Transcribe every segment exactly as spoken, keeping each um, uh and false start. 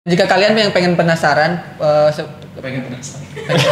Jika kalian yang pengen penasaran, uh, se- pengen penasaran.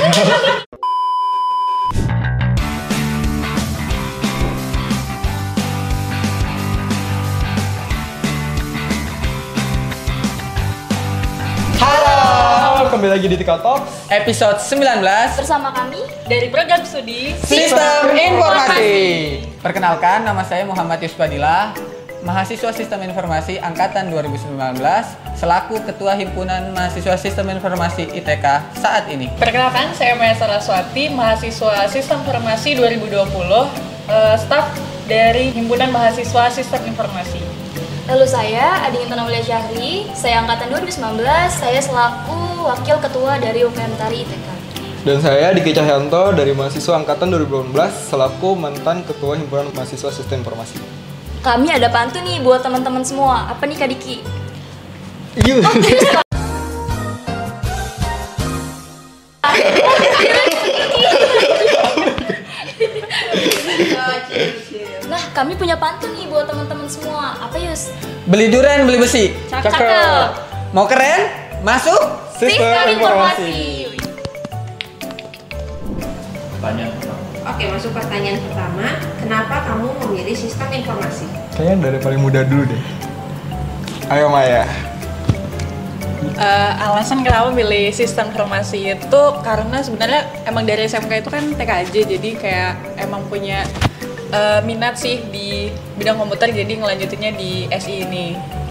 Halo, kembali lagi di Tika Talks episode sembilan belas bersama kami dari program studi Sistem Informasi. Perkenalkan, nama saya Muhammad Yusufadillah, mahasiswa Sistem Informasi angkatan dua ribu sembilan belas, selaku Ketua Himpunan Mahasiswa Sistem Informasi I T K saat ini. Perkenalkan, saya Maya Saraswati, mahasiswa Sistem Informasi dua ribu dua puluh, uh, staf dari Himpunan Mahasiswa Sistem Informasi. Lalu saya Adi Intan Aulia Syahri, saya angkatan dua ribu sembilan belas, saya selaku Wakil Ketua dari U P M Tari I T K. Dan saya Diki Cahyanto dari mahasiswa angkatan dua ribu delapan belas, selaku mantan Ketua Himpunan Mahasiswa Sistem Informasi. Kami ada pantun nih buat teman-teman semua. Apa nih Kak Diki? Iya. Nah, kami punya pantun nih buat teman-teman semua. Apa Yus? Beli durian, beli besi. Cakep. Mau keren? Masuk Sistem Informasi. Pertanyaan pertama. Oke, masuk pertanyaan pertama. Kenapa kamu memilih sistem informasi? Kayaknya dari paling muda dulu deh. Ayo Maya. Uh, alasan kenapa pilih Sistem Informasi itu karena sebenarnya emang dari S M K itu kan T K J, jadi kayak emang punya uh, minat sih di bidang komputer, jadi ngelanjutinnya di S I ini.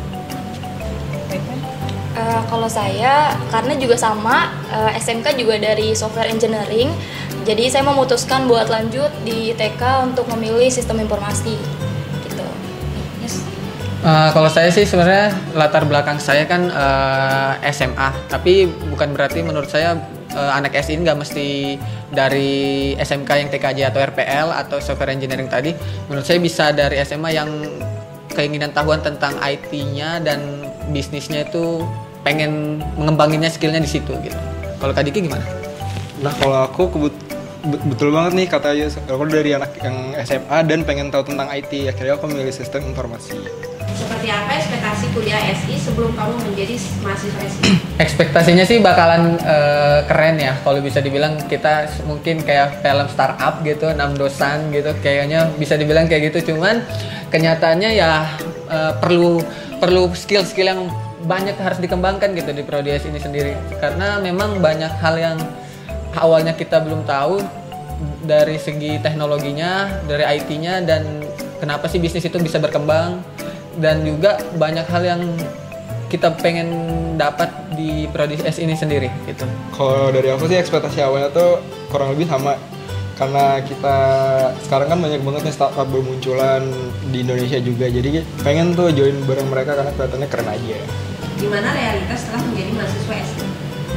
Uh, kalau saya, karena juga sama, uh, S M K juga dari Software Engineering, jadi saya memutuskan buat lanjut di T K untuk memilih Sistem Informasi. Gitu. Yes. Uh, kalau saya sih sebenarnya latar belakang saya kan uh, S M A, tapi bukan berarti menurut saya uh, anak S I nggak mesti dari S M K yang T K J atau R P L atau Software Engineering tadi. Menurut saya bisa dari S M A yang keinginan tahuan tentang I T-nya dan bisnisnya itu pengen mengembanginnya skillnya di situ gitu. Kalau Kak Diki gimana? Nah kalau aku kebut- betul banget nih kata Yus, aku dari anak yang S M A dan pengen tahu tentang I T, akhirnya aku memilih sistem informasi. Seperti apa ekspektasi kuliah S I sebelum kamu menjadi mahasiswa S I? Ekspektasinya sih bakalan uh, keren ya, kalau bisa dibilang kita mungkin kayak film startup gitu, enam dosan gitu, kayaknya bisa dibilang kayak gitu. Cuman kenyataannya ya uh, perlu perlu skill-skill yang banyak harus dikembangkan gitu di prodi S I ini sendiri, karena memang banyak hal yang awalnya kita belum tahu dari segi teknologinya, dari I T-nya, dan kenapa sih bisnis itu bisa berkembang, dan juga banyak hal yang kita pengen dapat di prodi S I ini sendiri gitu. Kalau dari aku sih ekspektasi awalnya tuh kurang lebih sama, karena kita sekarang kan banyak banget nih startup bermunculan di Indonesia juga, jadi pengen tuh join bareng mereka karena kelihatannya keren aja. Gimana realitas setelah menjadi mahasiswa S I?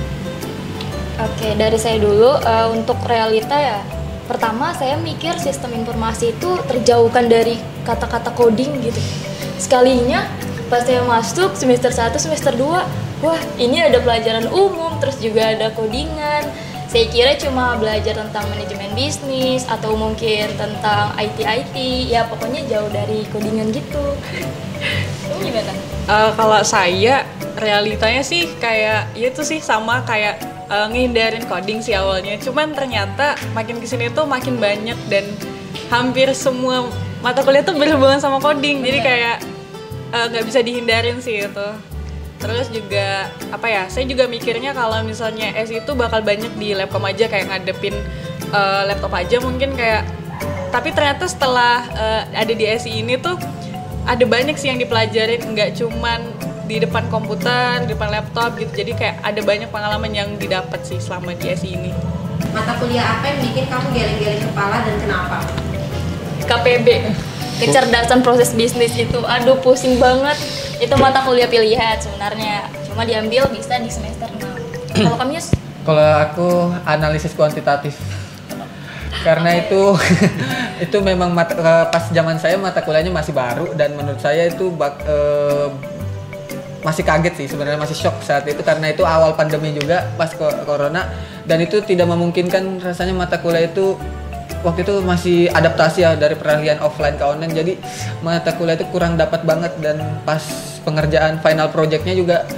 Oke, dari saya dulu, uh, untuk realita ya, pertama saya mikir sistem informasi itu terjauhkan dari kata-kata coding gitu. Sekalinya pas saya masuk semester satu, semester dua, wah ini ada pelajaran umum, terus juga ada codingan. Saya kira cuma belajar tentang manajemen bisnis atau mungkin tentang I T I T, ya pokoknya jauh dari codingan gitu. Kamu gimana? Uh, kalau saya realitanya sih kayak ya itu sih sama kayak uh, ngehindarin coding sih awalnya. Cuman ternyata makin kesini tuh makin banyak dan hampir semua mata kuliah tuh berhubungan sama coding. Jadi kayak nggak uh, bisa dihindarin sih itu. Terus juga apa ya? Saya juga mikirnya kalau misalnya S I itu bakal banyak di labcom aja, kayak ngadepin uh, laptop aja mungkin kayak. Tapi ternyata setelah uh, ada di S I ini tuh ada banyak sih yang dipelajarin, nggak cuman di depan komputer, di depan laptop gitu. Jadi kayak ada banyak pengalaman yang didapat sih selama di S I ini. Mata kuliah apa yang bikin kamu geleng-geleng kepala dan kenapa? K P B, kecerdasan proses bisnis itu, aduh pusing banget. Itu mata kuliah pilihan sebenarnya, cuma diambil bisa di semester enam. Kalau kamu Yus? Kalau aku analisis kuantitatif. Karena itu itu memang mata, pas zaman saya mata kuliahnya masih baru, dan menurut saya itu bak, eh, masih kaget sih sebenarnya, masih shock saat itu karena itu awal pandemi juga pas corona, dan itu tidak memungkinkan rasanya mata kuliah itu waktu itu masih adaptasi ya dari peralihan offline ke online, jadi mata kuliah itu kurang dapat banget, dan pas pengerjaan final projectnya juga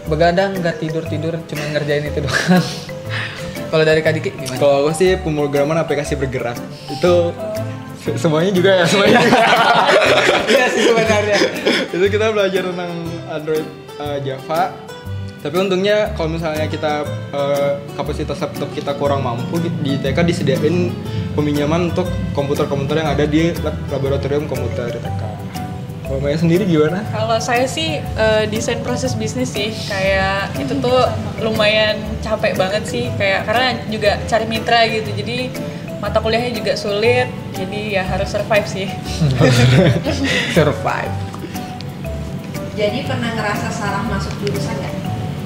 begadang nggak tidur tidur cuma ngerjain itu doang. Kalau dari Kak Diki gimana? Kalau aku sih pemrograman aplikasi bergerak itu se- semuanya juga ya semuanya juga. Iya sih sebenarnya. Itu kita belajar tentang Android, uh, Java. Tapi untungnya kalau misalnya kita uh, kapasitas laptop kita kurang mampu, di I T K disediain peminjaman untuk komputer-komputer yang ada di lab- laboratorium komputer I T K. Kalau Maya sendiri gimana? Kalau saya sih eh, desain proses bisnis sih, kayak itu tuh lumayan capek banget sih, kayak karena juga cari mitra gitu, jadi mata kuliahnya juga sulit, jadi ya harus survive sih. Survive. Jadi pernah ngerasa salah masuk jurusan nggak?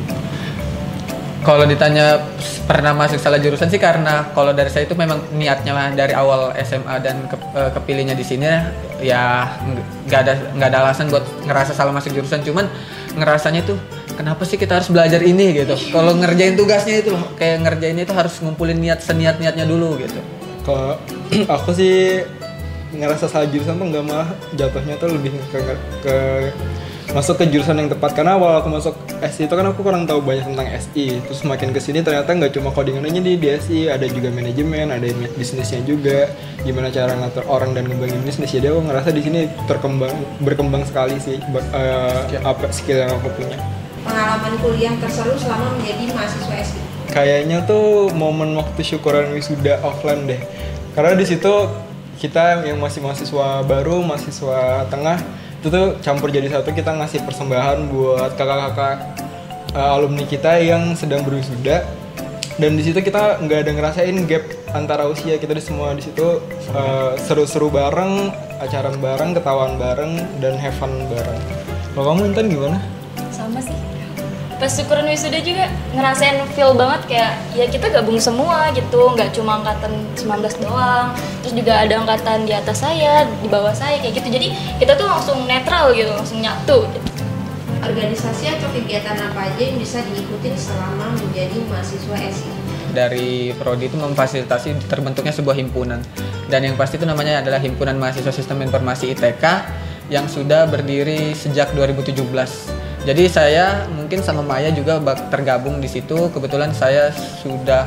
Kalau ditanya pernah masuk salah jurusan sih karena kalau dari saya itu memang niatnya dari awal S M A dan ke, eh, kepilihnya di sini ya nggak ada nggak ada alasan buat ngerasa salah masuk jurusan, cuman ngerasanya tuh kenapa sih kita harus belajar ini gitu. Kalau ngerjain tugasnya itu loh kayak ngerjainnya itu harus ngumpulin niat seniat niatnya dulu gitu. Kalau aku sih ngerasa salah jurusan tuh nggak, malah jatuhnya tuh lebih ke, ke masuk ke jurusan yang tepat, karena awal aku masuk S I itu kan aku kurang tahu banyak tentang S I. Terus makin kesini ternyata nggak cuma codingan aja di S I, ada juga manajemen, ada bisnisnya juga, gimana cara ngatur orang dan ngembangin bisnis. Jadi aku ngerasa di sini terkembang berkembang sekali sih uh, apa skill yang aku punya. Pengalaman kuliah terseru selama menjadi mahasiswa S I? Kayaknya tuh momen waktu syukuran wisuda offline deh, karena di situ kita yang masih mahasiswa baru, mahasiswa tengah itu tuh campur jadi satu, kita ngasih persembahan buat kakak-kakak uh, alumni kita yang sedang berwisuda, dan di situ kita nggak ada ngerasain gap antara usia, kita di semua di situ uh, seru-seru bareng, acara bareng, ketawaan bareng, dan have fun bareng. Kalau kamu Intan gimana? Sama sih. Pas syukuran wisuda juga ngerasain feel banget kayak ya kita gabung semua gitu, nggak cuma angkatan sembilan belas doang, terus juga ada angkatan di atas saya, di bawah saya kayak gitu, jadi kita tuh langsung netral gitu, langsung nyatu gitu. Organisasi atau kegiatan apa aja yang bisa diikutin selama menjadi mahasiswa S I? Dari Prodi itu memfasilitasi terbentuknya sebuah himpunan, dan yang pasti itu namanya adalah Himpunan Mahasiswa Sistem Informasi I T K yang sudah berdiri sejak dua ribu tujuh belas. Jadi saya mungkin sama Maya juga tergabung di situ. Kebetulan saya sudah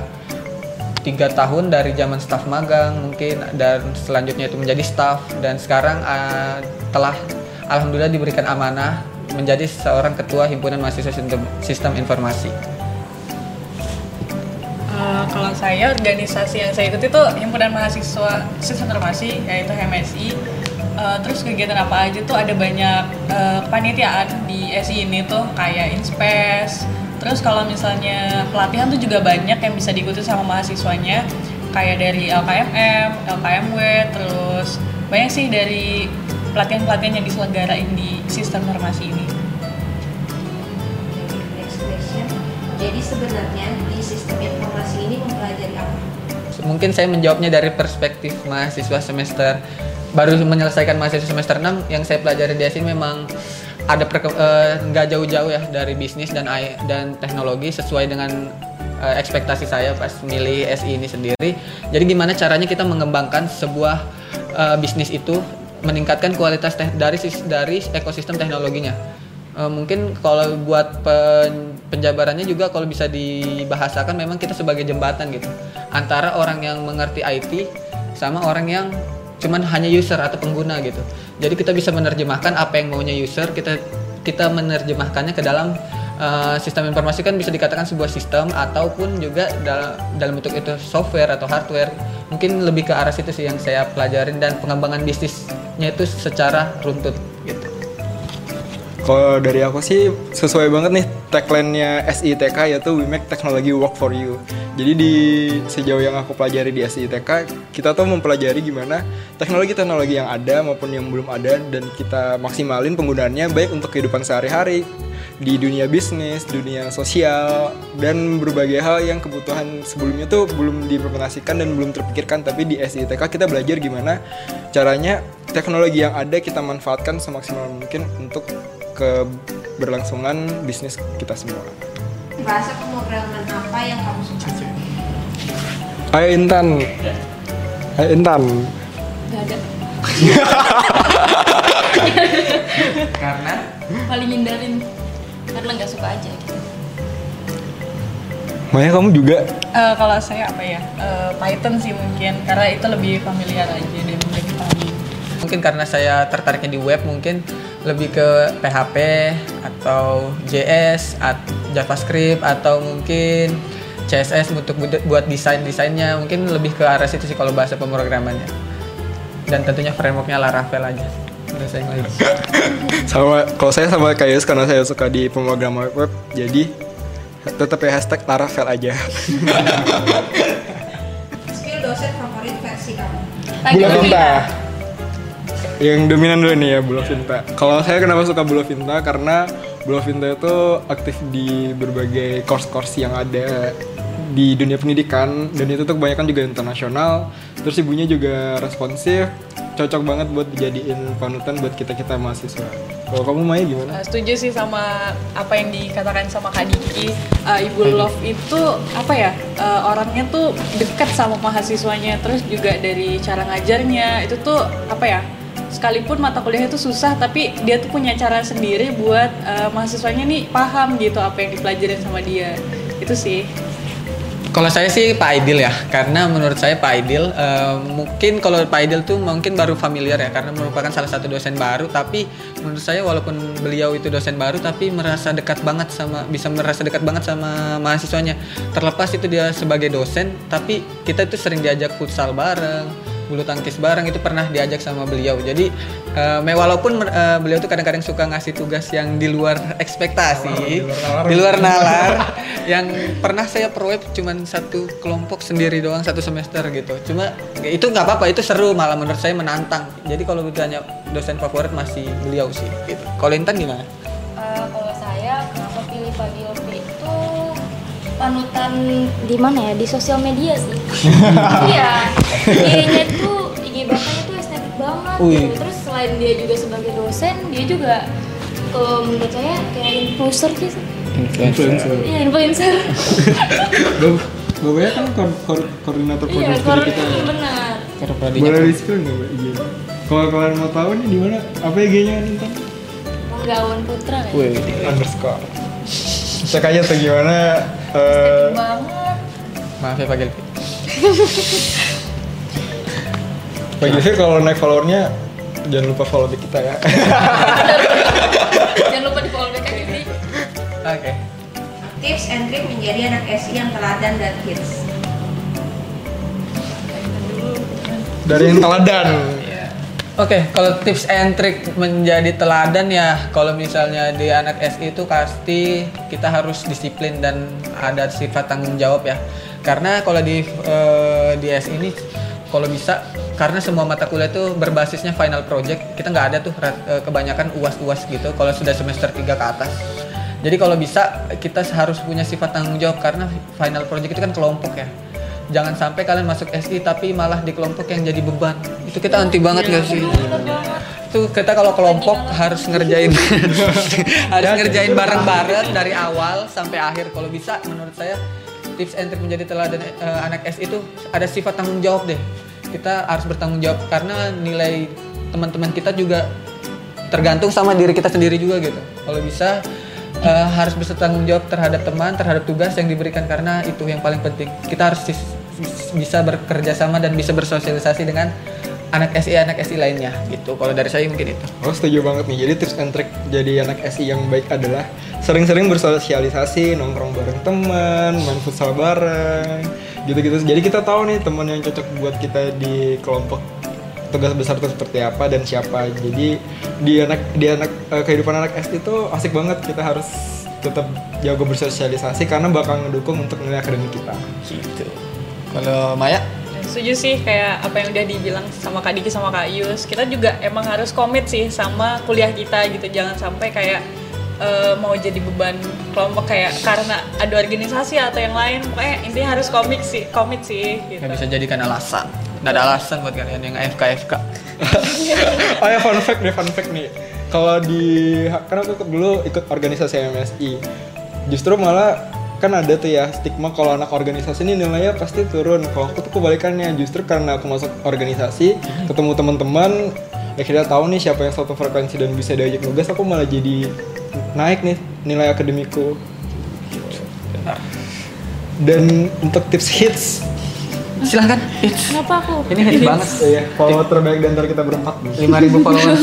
tiga tahun dari zaman staf magang mungkin, dan selanjutnya itu menjadi staf, dan sekarang uh, telah alhamdulillah diberikan amanah menjadi seorang ketua Himpunan Mahasiswa Sistem, Sistem Informasi. Uh, kalau saya organisasi yang saya ikuti itu Himpunan Mahasiswa Sistem Informasi, yaitu H M S I. Uh, terus kegiatan apa aja tuh ada banyak uh, kepanitiaan di S I ini tuh kayak Inspes. Terus kalau misalnya pelatihan tuh juga banyak yang bisa diikuti sama mahasiswanya, kayak dari L K M M, L K M W, terus banyak sih dari pelatihan-pelatihan yang diselenggarain di sistem informasi ini. Next question. Jadi sebenarnya di sistem informasi ini mempelajari apa? Mungkin saya menjawabnya dari perspektif mahasiswa semester baru menyelesaikan mahasiswa semester enam. Yang saya pelajari di S I memang ada nggak uh, jauh-jauh ya dari bisnis dan dan teknologi, sesuai dengan uh, ekspektasi saya pas milih S I ini sendiri. Jadi gimana caranya kita mengembangkan sebuah uh, bisnis itu, meningkatkan kualitas te- dari dari ekosistem teknologinya. Uh, mungkin kalau buat pen, penjabarannya juga kalau bisa dibahasakan, memang kita sebagai jembatan gitu antara orang yang mengerti I T sama orang yang cuman hanya user atau pengguna gitu. Jadi kita bisa menerjemahkan apa yang maunya user, kita kita menerjemahkannya ke dalam uh, sistem informasi, kan bisa dikatakan sebuah sistem ataupun juga dalam dalam bentuk itu software atau hardware. Mungkin lebih ke arah situ sih yang saya pelajarin, dan pengembangan bisnisnya itu secara runtut gitu. Kalau dari aku sih sesuai banget nih tagline-nya S I T K, yaitu We Make Technology Work For You. Jadi di sejauh yang aku pelajari di S I T K, kita tuh mempelajari gimana teknologi-teknologi yang ada maupun yang belum ada, dan kita maksimalin penggunaannya baik untuk kehidupan sehari-hari, di dunia bisnis, dunia sosial, dan berbagai hal yang kebutuhan sebelumnya tuh belum diimplementasikan dan belum terpikirkan. Tapi di S I T K kita belajar gimana caranya teknologi yang ada kita manfaatkan semaksimal mungkin untuk keberlangsungan bisnis kita semua. Bahasa pemrograman apa yang kamu suka? Ayo Intan. Ayo Intan. Gak ada. Karena Paling hindarin. karena nggak suka aja gitu. Maya kamu juga? Eh, kalau saya apa ya? Eh, Python sih mungkin karena itu lebih familiar aja dan mudah dipahami. Mungkin karena saya tertariknya di web, mungkin lebih ke P H P atau J S, at- JavaScript atau mungkin C S S untuk bud- buat desain-desainnya, mungkin lebih ke arah situ sih kalau bahasa pemrogramannya. Dan tentunya frameworknya Laravel aja. Udah saya ngeliat. Sama, kalau saya sama kayak Yus, karena saya suka di pemrograman web, jadi tetap ya hashtag Laravel aja. Skill dosen favorit versi kamu? Bulafinta. Yang dominan dulu nih ya, Bulafinta. Kalau saya kenapa suka Bulafinta? Karena Bulafinta itu aktif di berbagai course-course yang ada di dunia pendidikan, dan itu tuh kebanyakan juga internasional. Terus ibunya juga responsif, cocok banget buat dijadiin panutan buat kita-kita mahasiswa. Kalau kamu Maya gimana? Uh, setuju sih sama apa yang dikatakan sama Kak Diki. Uh, Ibu Love itu apa ya, uh, orangnya tuh dekat sama mahasiswanya, terus juga dari cara ngajarnya itu tuh apa ya, sekalipun mata kuliah itu susah tapi dia tuh punya cara sendiri buat uh, mahasiswanya nih paham gitu apa yang dipelajarin sama dia. Itu sih. Kalau saya sih Pak Aidil ya, karena menurut saya Pak Aidil uh, mungkin kalau Pak Aidil tuh mungkin baru familiar ya, karena merupakan salah satu dosen baru. Tapi menurut saya walaupun beliau itu dosen baru, tapi merasa dekat banget sama, bisa merasa dekat banget sama mahasiswanya. Terlepas itu dia sebagai dosen, tapi kita tuh sering diajak futsal bareng, bulu tangkis bareng, itu pernah diajak sama beliau. Jadi uh, walaupun uh, beliau tuh kadang-kadang suka ngasih tugas yang di luar ekspektasi, oh, di luar nalar, di luar nalar yang pernah saya perweb cuman satu kelompok sendiri doang satu semester gitu. Cuma itu nggak apa-apa, itu seru, malah menurut saya menantang. Jadi kalau ditanya dosen favorit masih beliau sih gitu. Kalau Intan gimana? Uh, kalau saya kenapa pilih Pak Gilpi itu panutan di mana ya, di sosial media sih. Iya, I G-nya tuh, I G bapaknya tuh estetik banget gitu. Terus selain dia juga sebagai dosen, dia juga kalau menurut saya kayak influencer gitu. Influencer. Iya, influencer. Bapaknya kan ko- ko- koordinator Iya, program studi kita. koordinator benar. Boleh di-spill nggak Mbak I G? Kalau kalian mau tahu nih di mana? Apa I G-nya Intan? Penggawan Putra kan. Wih, Underscore. Cek aja tuh gimana. Estetik Uh, banget. maaf ya Pak Gilpi. Pak Gilvi kalau naik followernya jangan lupa follow di kita ya. Jangan lupa di follow back ini. Oke. Tips and trick menjadi anak S I yang teladan dan hits. Dari yang teladan. Oke, kalau tips and trick menjadi teladan ya, kalau misalnya di anak S I itu pasti kita harus disiplin dan ada sifat tanggung jawab ya. Karena kalau di uh, di S I ini kalau bisa, karena semua mata kuliah itu berbasisnya final project, kita nggak ada tuh uh, kebanyakan uas-uas gitu kalau sudah semester tiga ke atas. Jadi kalau bisa kita harus punya sifat tanggung jawab, karena final project itu kan kelompok ya. Jangan sampai kalian masuk S I tapi malah di kelompok yang jadi beban. Itu kita anti banget gak sih? Itu kita kalau kelompok harus ngerjain harus ngerjain bareng-bareng dari awal sampai akhir. Kalau bisa menurut saya tips and trick menjadi teladan uh, anak S I itu ada sifat tanggung jawab deh. Kita harus bertanggung jawab karena nilai teman-teman kita juga tergantung sama diri kita sendiri juga gitu. Kalau bisa Uh, harus bisa tanggung jawab terhadap teman, terhadap tugas yang diberikan, karena itu yang paling penting. Kita harus sis- bisa bekerja sama dan bisa bersosialisasi dengan anak S I anak S I lainnya gitu. Kalau dari saya mungkin itu. Oh, setuju banget nih. Jadi tips and trick jadi anak S I yang baik adalah sering-sering bersosialisasi, nongkrong bareng teman, main futsal bareng, gitu-gitu. Jadi kita tahu nih teman yang cocok buat kita di kelompok tugas besar itu seperti apa dan siapa. Jadi di anak di anak uh, kehidupan anak S I itu asik banget. Kita harus tetap jago bersosialisasi karena bakal ngedukung untuk nilai akademik kita. Gitu. Kalau Maya? Setuju sih kayak apa yang udah dibilang sama Kak Diki sama Kak Yus. Kita juga emang harus komit sih sama kuliah kita gitu. Jangan sampai kayak uh, mau jadi beban kelompok kayak karena ada organisasi atau yang lain. Pokoknya intinya harus komit sih, komit sih gitu. Nggak bisa jadikan alasan. Nggak ada alasan buat kalian yang A F K A F K. Oh ya, fun fact nih, fun fact nih. Kalau di, karena aku dulu ikut organisasi M S I, justru malah kan ada tuh ya stigma kalau anak organisasi ini nilainya pasti turun. Kalau aku tuh kebalikannya, justru karena aku masuk organisasi, ketemu teman-teman, akhirnya tahu nih siapa yang satu frekuensi dan bisa diajak nugas, aku malah jadi naik nih nilai akademiku. Dan untuk tips hits, Silahkan. Kenapa aku? Ini hits banget. ya follower terbaik di antara kita berempat. lima ribu followers.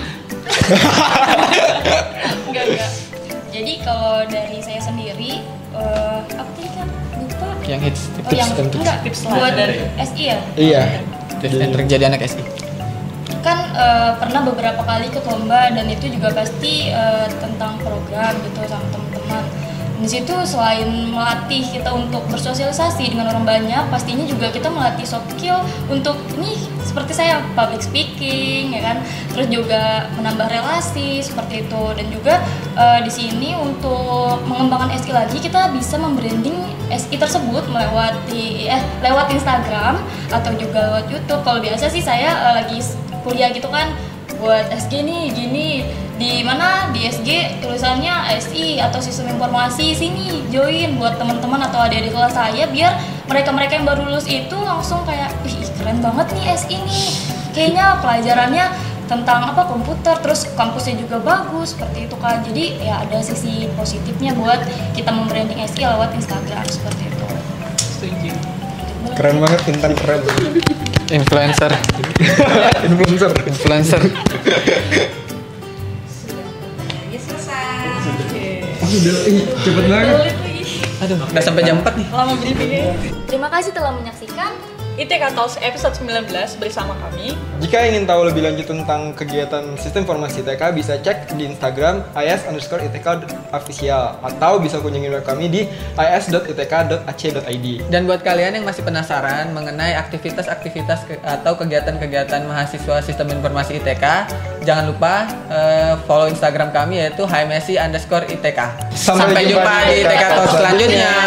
Enggak, enggak. Jadi kalau dari saya sendiri, eh, apa tadi kan? Lupa. Yang hits Oh, tips yang dan tips. enggak Tips buat dari S I ya? Iya. Tips dan trik jadi anak S I. Kan eh, pernah beberapa kali ikut lomba dan itu juga pasti eh, tentang program gitu sama teman-teman. Di situ selain melatih kita untuk bersosialisasi dengan orang banyak, pastinya juga kita melatih soft skill untuk nih seperti saya public speaking ya kan, terus juga menambah relasi seperti itu, dan juga eh, di sini untuk mengembangkan S I lagi kita bisa membranding S I tersebut melewati eh lewat Instagram atau juga lewat YouTube. Kalau biasa sih saya eh, lagi kuliah gitu kan buat S G nih gini, di mana di S G tulisannya S I atau sistem informasi, sini join buat teman-teman atau adik-adik kelas saya biar mereka-mereka yang baru lulus itu langsung kayak ih keren banget nih S I nih, kayaknya pelajarannya tentang apa komputer, terus kampusnya juga bagus seperti itu kan. Jadi ya ada sisi positifnya buat kita membranding S I lewat Instagram seperti itu. Setuju. Keren banget, Intan keren. Influencer. Influencer. Influencer. Ya selesai. Oh, udah, ih, cepet banget. Aduh, udah sampai jam empat nih. Lama briefingnya. Terima kasih telah menyaksikan. I T K Talks episode sembilan belas bersama kami. Jika ingin tahu lebih lanjut tentang kegiatan Sistem Informasi I T K, bisa cek di Instagram is underscore itk official atau bisa kunjungi web kami di is dot i t k dot a c dot i d. Dan buat kalian yang masih penasaran mengenai aktivitas-aktivitas ke- atau kegiatan-kegiatan mahasiswa Sistem Informasi I T K, jangan lupa eh, follow Instagram kami yaitu hi messi underscore I T K. Sampai, jumpa di I T K Talks selanjutnya.